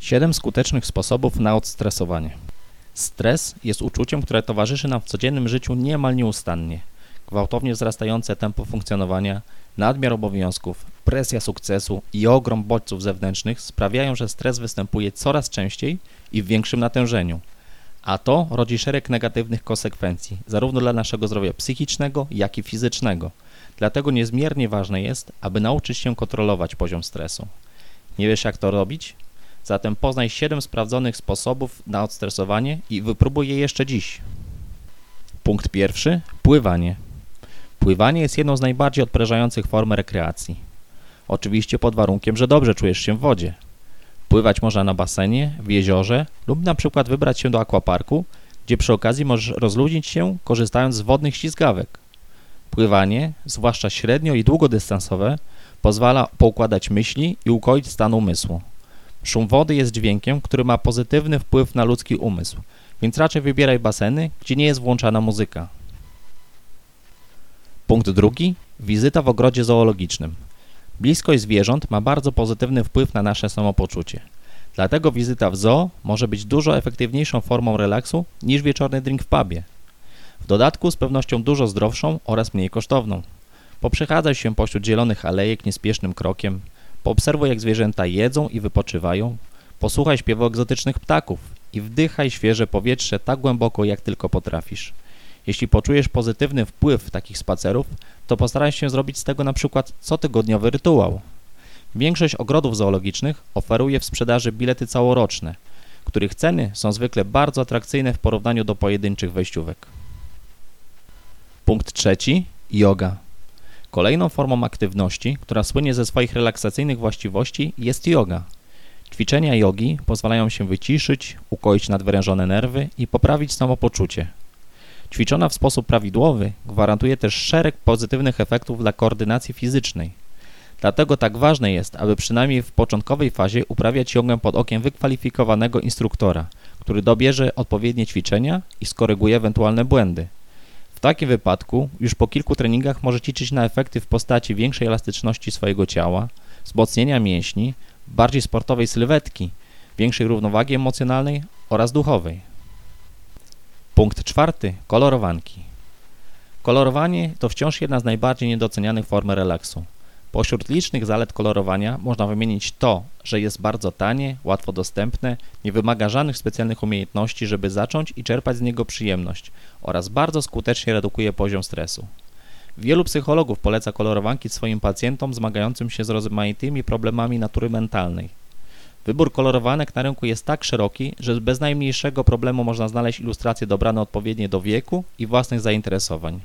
7 skutecznych sposobów na odstresowanie. Stres jest uczuciem, które towarzyszy nam w codziennym życiu niemal nieustannie. Gwałtownie wzrastające tempo funkcjonowania, nadmiar obowiązków, presja sukcesu i ogrom bodźców zewnętrznych sprawiają, że stres występuje coraz częściej i w większym natężeniu. A to rodzi szereg negatywnych konsekwencji, zarówno dla naszego zdrowia psychicznego, jak i fizycznego. Dlatego niezmiernie ważne jest, aby nauczyć się kontrolować poziom stresu. Nie wiesz, jak to robić? Zatem poznaj 7 sprawdzonych sposobów na odstresowanie i wypróbuj je jeszcze dziś. Punkt pierwszy. Pływanie. Pływanie jest jedną z najbardziej odprężających form rekreacji. Oczywiście pod warunkiem, że dobrze czujesz się w wodzie. Pływać można na basenie, w jeziorze lub na przykład wybrać się do aquaparku, gdzie przy okazji możesz rozluźnić się, korzystając z wodnych ślizgawek. Pływanie, zwłaszcza średnio i długodystansowe, pozwala poukładać myśli i ukoić stan umysłu. Szum wody jest dźwiękiem, który ma pozytywny wpływ na ludzki umysł, więc raczej wybieraj baseny, gdzie nie jest włączana muzyka. Punkt drugi. Wizyta w ogrodzie zoologicznym. Bliskość zwierząt ma bardzo pozytywny wpływ na nasze samopoczucie. Dlatego wizyta w zoo może być dużo efektywniejszą formą relaksu niż wieczorny drink w pubie. W dodatku z pewnością dużo zdrowszą oraz mniej kosztowną. Poprzechadzaj się pośród zielonych alejek niespiesznym krokiem, poobserwuj, jak zwierzęta jedzą i wypoczywają, posłuchaj śpiewu egzotycznych ptaków i wdychaj świeże powietrze tak głęboko, jak tylko potrafisz. Jeśli poczujesz pozytywny wpływ takich spacerów, to postaraj się zrobić z tego na przykład cotygodniowy rytuał. Większość ogrodów zoologicznych oferuje w sprzedaży bilety całoroczne, których ceny są zwykle bardzo atrakcyjne w porównaniu do pojedynczych wejściówek. Punkt trzeci. Yoga. Kolejną formą aktywności, która słynie ze swoich relaksacyjnych właściwości, jest yoga. Ćwiczenia jogi pozwalają się wyciszyć, ukoić nadwyrężone nerwy i poprawić samopoczucie. Ćwiczona w sposób prawidłowy gwarantuje też szereg pozytywnych efektów dla koordynacji fizycznej. Dlatego tak ważne jest, aby przynajmniej w początkowej fazie uprawiać jogę pod okiem wykwalifikowanego instruktora, który dobierze odpowiednie ćwiczenia i skoryguje ewentualne błędy. W takim wypadku już po kilku treningach możecie liczyć na efekty w postaci większej elastyczności swojego ciała, wzmocnienia mięśni, bardziej sportowej sylwetki, większej równowagi emocjonalnej oraz duchowej. Punkt czwarty. Kolorowanki. Kolorowanie to wciąż jedna z najbardziej niedocenianych form relaksu. Pośród licznych zalet kolorowania można wymienić to, że jest bardzo tanie, łatwo dostępne, nie wymaga żadnych specjalnych umiejętności, żeby zacząć i czerpać z niego przyjemność oraz bardzo skutecznie redukuje poziom stresu. Wielu psychologów poleca kolorowanki swoim pacjentom zmagającym się z rozmaitymi problemami natury mentalnej. Wybór kolorowanek na rynku jest tak szeroki, że bez najmniejszego problemu można znaleźć ilustracje dobrane odpowiednie do wieku i własnych zainteresowań.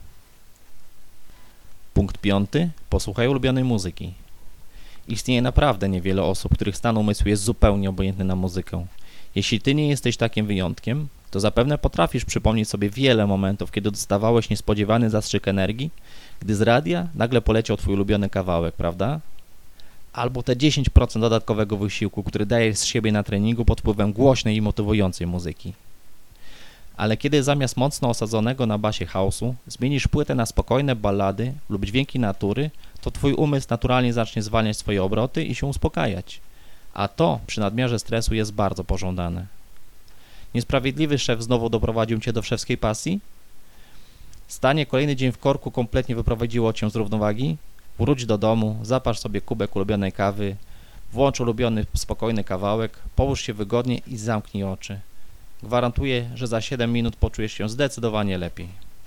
Punkt piąty. Posłuchaj ulubionej muzyki. Istnieje naprawdę niewiele osób, których stan umysłu jest zupełnie obojętny na muzykę. Jeśli ty nie jesteś takim wyjątkiem, to zapewne potrafisz przypomnieć sobie wiele momentów, kiedy dostawałeś niespodziewany zastrzyk energii, gdy z radia nagle poleciał twój ulubiony kawałek, prawda? Albo te 10% dodatkowego wysiłku, który dajesz z siebie na treningu pod wpływem głośnej i motywującej muzyki. Ale kiedy zamiast mocno osadzonego na basie house'u zmienisz płytę na spokojne ballady lub dźwięki natury, to twój umysł naturalnie zacznie zwalniać swoje obroty i się uspokajać. A to przy nadmiarze stresu jest bardzo pożądane. Niesprawiedliwy szef znowu doprowadził cię do szewskiej pasji? Stanie kolejny dzień w korku kompletnie wyprowadziło cię z równowagi? Wróć do domu, zaparz sobie kubek ulubionej kawy, włącz ulubiony spokojny kawałek, połóż się wygodnie i zamknij oczy. Gwarantuję, że za 7 minut poczujesz się zdecydowanie lepiej.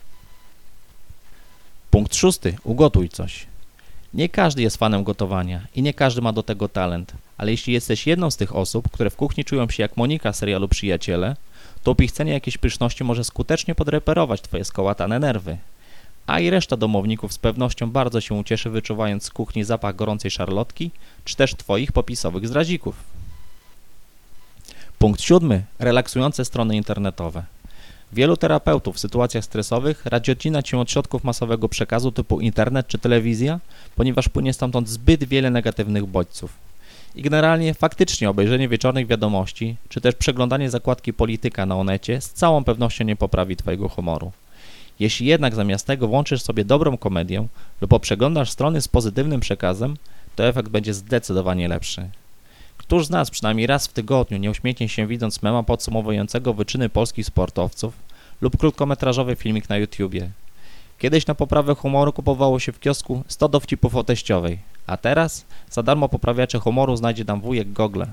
Punkt szósty. Ugotuj coś. Nie każdy jest fanem gotowania i nie każdy ma do tego talent, ale jeśli jesteś jedną z tych osób, które w kuchni czują się jak Monika z serialu Przyjaciele, to upichcenie jakiejś pyszności może skutecznie podreperować twoje skołatane nerwy. A i reszta domowników z pewnością bardzo się ucieszy, wyczuwając z kuchni zapach gorącej szarlotki, czy też twoich popisowych zdradzików. Punkt siódmy. Relaksujące strony internetowe. Wielu terapeutów w sytuacjach stresowych radzi odcinać się od środków masowego przekazu typu internet czy telewizja, ponieważ płynie stamtąd zbyt wiele negatywnych bodźców. I generalnie faktycznie obejrzenie wieczornych wiadomości, czy też przeglądanie zakładki Polityka na Onecie z całą pewnością nie poprawi twojego humoru. Jeśli jednak zamiast tego włączysz sobie dobrą komedię lub przeglądasz strony z pozytywnym przekazem, to efekt będzie zdecydowanie lepszy. Któż z nas przynajmniej raz w tygodniu nie uśmiechnie się widząc mema podsumowującego wyczyny polskich sportowców lub krótkometrażowy filmik na YouTubie? Kiedyś na poprawę humoru kupowało się w kiosku 100 dowcipów o teściowej, a teraz za darmo poprawiacze humoru znajdzie nam wujek Google.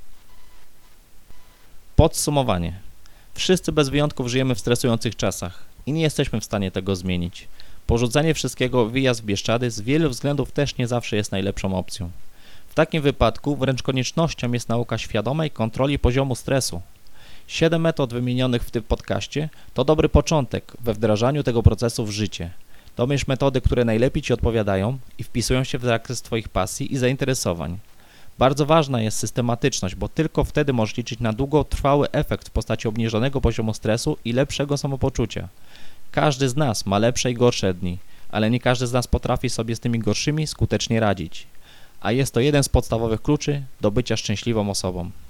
Podsumowanie. Wszyscy bez wyjątków żyjemy w stresujących czasach i nie jesteśmy w stanie tego zmienić. Porzucenie wszystkiego, wyjazd w Bieszczady z wielu względów też nie zawsze jest najlepszą opcją. W takim wypadku wręcz koniecznością jest nauka świadomej kontroli poziomu stresu. 7 metod wymienionych w tym podcaście to dobry początek we wdrażaniu tego procesu w życie. Domierz metody, które najlepiej Ci odpowiadają i wpisują się w zakres Twoich pasji i zainteresowań. Bardzo ważna jest systematyczność, bo tylko wtedy możesz liczyć na długotrwały efekt w postaci obniżonego poziomu stresu i lepszego samopoczucia. Każdy z nas ma lepsze i gorsze dni, ale nie każdy z nas potrafi sobie z tymi gorszymi skutecznie radzić. A jest to jeden z podstawowych kluczy do bycia szczęśliwą osobą.